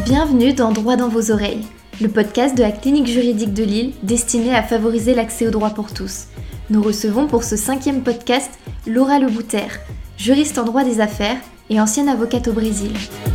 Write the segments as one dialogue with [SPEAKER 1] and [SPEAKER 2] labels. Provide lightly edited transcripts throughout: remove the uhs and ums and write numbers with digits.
[SPEAKER 1] Bienvenue dans Droit dans vos oreilles, le podcast de la clinique juridique de Lille destiné à favoriser l'accès au droit pour tous. Nous recevons pour ce 5e podcast Laura Lebouter, juriste en droit des affaires et ancienne avocate au Brésil.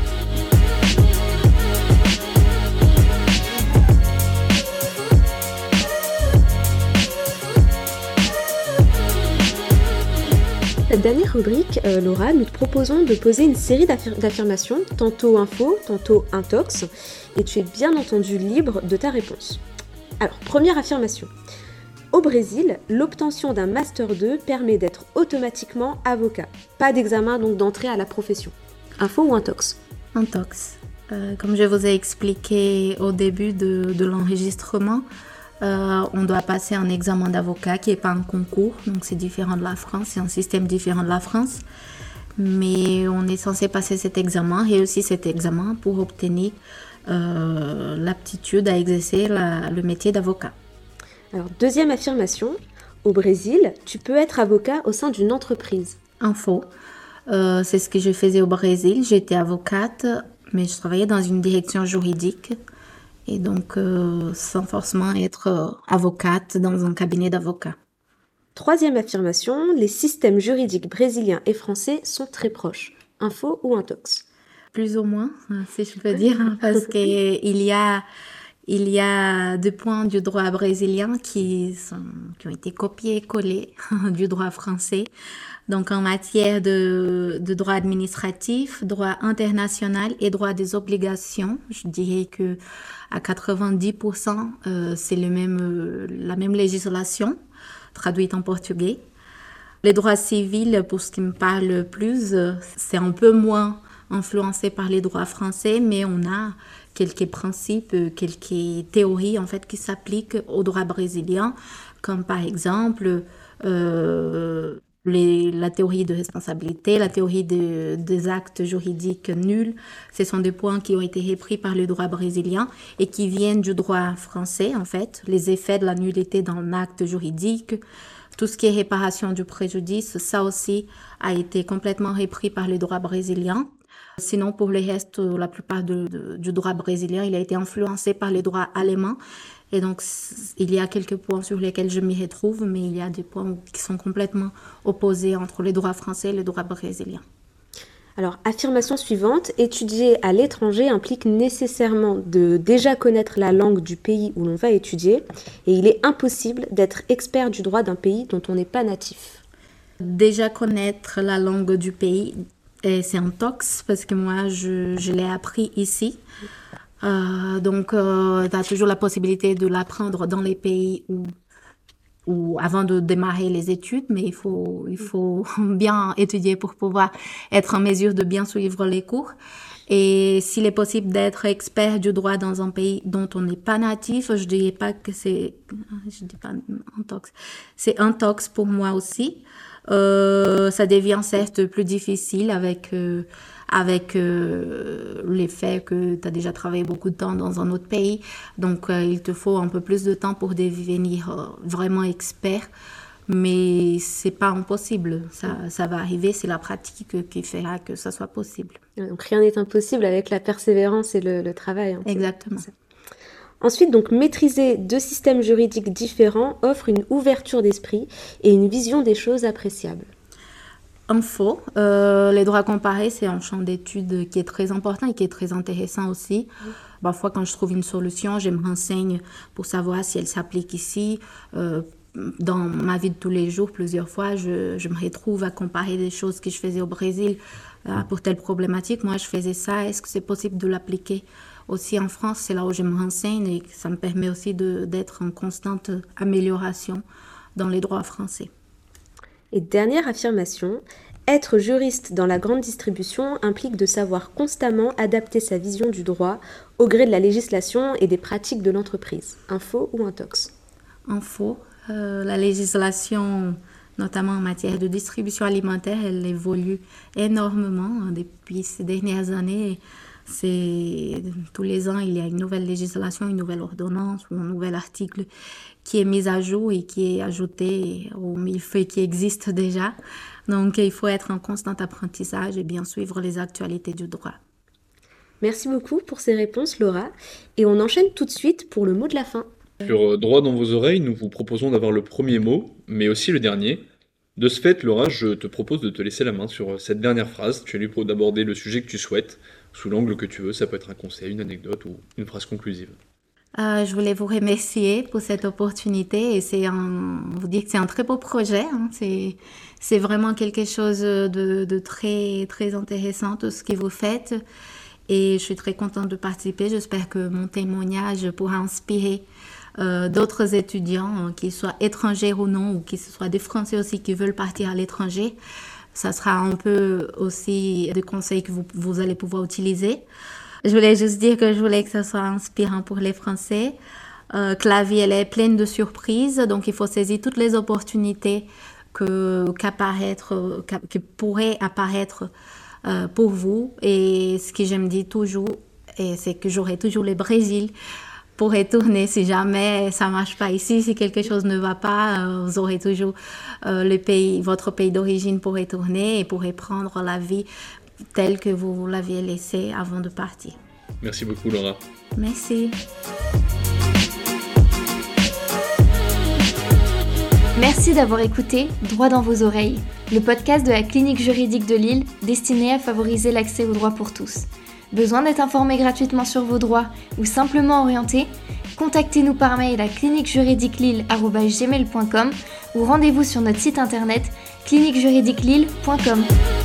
[SPEAKER 2] Cette dernière rubrique, Laura, nous te proposons de poser une série d'affirmations, tantôt info, tantôt intox, et tu es bien entendu libre de ta réponse. Alors, première affirmation. Au Brésil, l'obtention d'un Master 2 permet d'être automatiquement avocat. Pas d'examen donc d'entrée à la profession. Info ou intox?
[SPEAKER 3] Intox. Comme je vous ai expliqué au début de l'enregistrement, on doit passer un examen d'avocat qui n'est pas un concours, donc c'est différent de la France, c'est un système différent de la France. Mais on est censé passer cet examen et aussi cet examen pour obtenir l'aptitude à exercer le métier d'avocat.
[SPEAKER 2] Alors, deuxième affirmation, au Brésil, tu peux être avocat au sein d'une entreprise.
[SPEAKER 3] Info, c'est ce que je faisais au Brésil, j'étais avocate, mais je travaillais dans une direction juridique. Et donc, sans forcément être avocate dans un cabinet d'avocats.
[SPEAKER 2] Troisième affirmation, les systèmes juridiques brésiliens et français sont très proches. Info ou intox?
[SPEAKER 3] Plus ou moins, si je peux dire, parce qu'il y a des points du droit brésilien qui ont été copiés-collés du droit français. Donc, en matière de droit administratif, droit international et droit des obligations, je dirais que à 90%, c'est la même législation, traduite en portugais. Les droits civils, pour ce qui me parle plus, c'est un peu moins influencé par les droits français, mais on a quelques principes, quelques théories en fait qui s'appliquent au droit brésilien, comme par exemple la théorie de responsabilité, la théorie des actes juridiques nuls. Ce sont des points qui ont été repris par le droit brésilien et qui viennent du droit français, en fait. Les effets de la nullité dans l'acte juridique, tout ce qui est réparation du préjudice, ça aussi a été complètement repris par le droit brésilien. Sinon, pour le reste, la plupart du droit brésilien, il a été influencé par le droit allemand. Et donc, il y a quelques points sur lesquels je m'y retrouve, mais il y a des points qui sont complètement opposés entre les droits français et les droits brésiliens.
[SPEAKER 2] Alors, affirmation suivante, étudier à l'étranger implique nécessairement de déjà connaître la langue du pays où l'on va étudier, et il est impossible d'être expert du droit d'un pays dont on n'est pas natif.
[SPEAKER 3] Déjà connaître la langue du pays, et c'est un tox, parce que moi, je l'ai appris ici. Donc, tu as toujours la possibilité de l'apprendre dans les pays où avant de démarrer les études, mais il faut bien étudier pour pouvoir être en mesure de bien suivre les cours. Et s'il est possible d'être expert du droit dans un pays dont on n'est pas natif, je dis pas un tox. C'est un tox pour moi aussi. Ça devient certes plus difficile avec le fait que tu as déjà travaillé beaucoup de temps dans un autre pays. Donc, il te faut un peu plus de temps pour devenir vraiment expert. Mais c'est pas impossible. Ça va arriver. C'est la pratique qui fera que ça soit possible.
[SPEAKER 2] Donc, rien n'est impossible avec la persévérance et le travail. Hein,
[SPEAKER 3] exactement.
[SPEAKER 2] Ensuite, donc, maîtriser 2 systèmes juridiques différents offre une ouverture d'esprit et une vision des choses appréciable.
[SPEAKER 3] Info, les droits comparés, c'est un champ d'études qui est très important et qui est très intéressant aussi. Parfois, quand je trouve une solution, je me renseigne pour savoir si elle s'applique ici. Dans ma vie de tous les jours, plusieurs fois, je me retrouve à comparer des choses que je faisais au Brésil pour telle problématique. Moi, je faisais ça. Est-ce que c'est possible de l'appliquer aussi en France? C'est là où je me renseigne et ça me permet aussi d'être en constante amélioration dans les droits français.
[SPEAKER 2] Et dernière affirmation, être juriste dans la grande distribution implique de savoir constamment adapter sa vision du droit au gré de la législation et des pratiques de l'entreprise. Info ou intox?
[SPEAKER 3] Info, la législation, notamment en matière de distribution alimentaire, elle évolue énormément depuis ces dernières années. Tous les ans, il y a une nouvelle législation, une nouvelle ordonnance ou un nouvel article qui est mis à jour et qui est ajouté aux millefeuilles qui existent déjà. Donc, il faut être en constant apprentissage et bien suivre les actualités du droit.
[SPEAKER 2] Merci beaucoup pour ces réponses, Laura. Et on enchaîne tout de suite pour le mot de la fin.
[SPEAKER 4] Sur Droit dans vos oreilles, nous vous proposons d'avoir le premier mot, mais aussi le dernier. De ce fait, Laura, je te propose de te laisser la main sur cette dernière phrase. Tu es libre d'aborder le sujet que tu souhaites, sous l'angle que tu veux. Ça peut être un conseil, une anecdote ou une phrase conclusive.
[SPEAKER 3] Je voulais vous remercier pour cette opportunité et vous dire que c'est un très beau projet. C'est vraiment quelque chose de très, très intéressant, tout ce que vous faites. Et je suis très contente de participer. J'espère que mon témoignage pourra inspirer d'autres étudiants, qu'ils soient étrangers ou non, ou qu'ils soient des Français aussi qui veulent partir à l'étranger. Ça sera un peu aussi des conseils que vous allez pouvoir utiliser. Je voulais juste dire que je voulais que ça soit inspirant pour les Français, que la vie elle est pleine de surprises, donc il faut saisir toutes les opportunités qui pourraient apparaître pour vous. Et ce que je me dis toujours, c'est que j'aurai toujours le Brésil pour retourner si jamais ça marche pas ici, si quelque chose ne va pas, vous aurez toujours votre pays d'origine pour retourner et pour reprendre la vie telle que vous l'aviez laissée avant de partir.
[SPEAKER 4] Merci beaucoup, Laura.
[SPEAKER 3] Merci.
[SPEAKER 1] Merci d'avoir écouté Droit dans vos oreilles, le podcast de la Clinique juridique de Lille destiné à favoriser l'accès au droit pour tous. Besoin d'être informé gratuitement sur vos droits ou simplement orienté ? Contactez-nous par mail à cliniquejuridiquelille@gmail.com ou rendez-vous sur notre site internet cliniquejuridiquelille.com.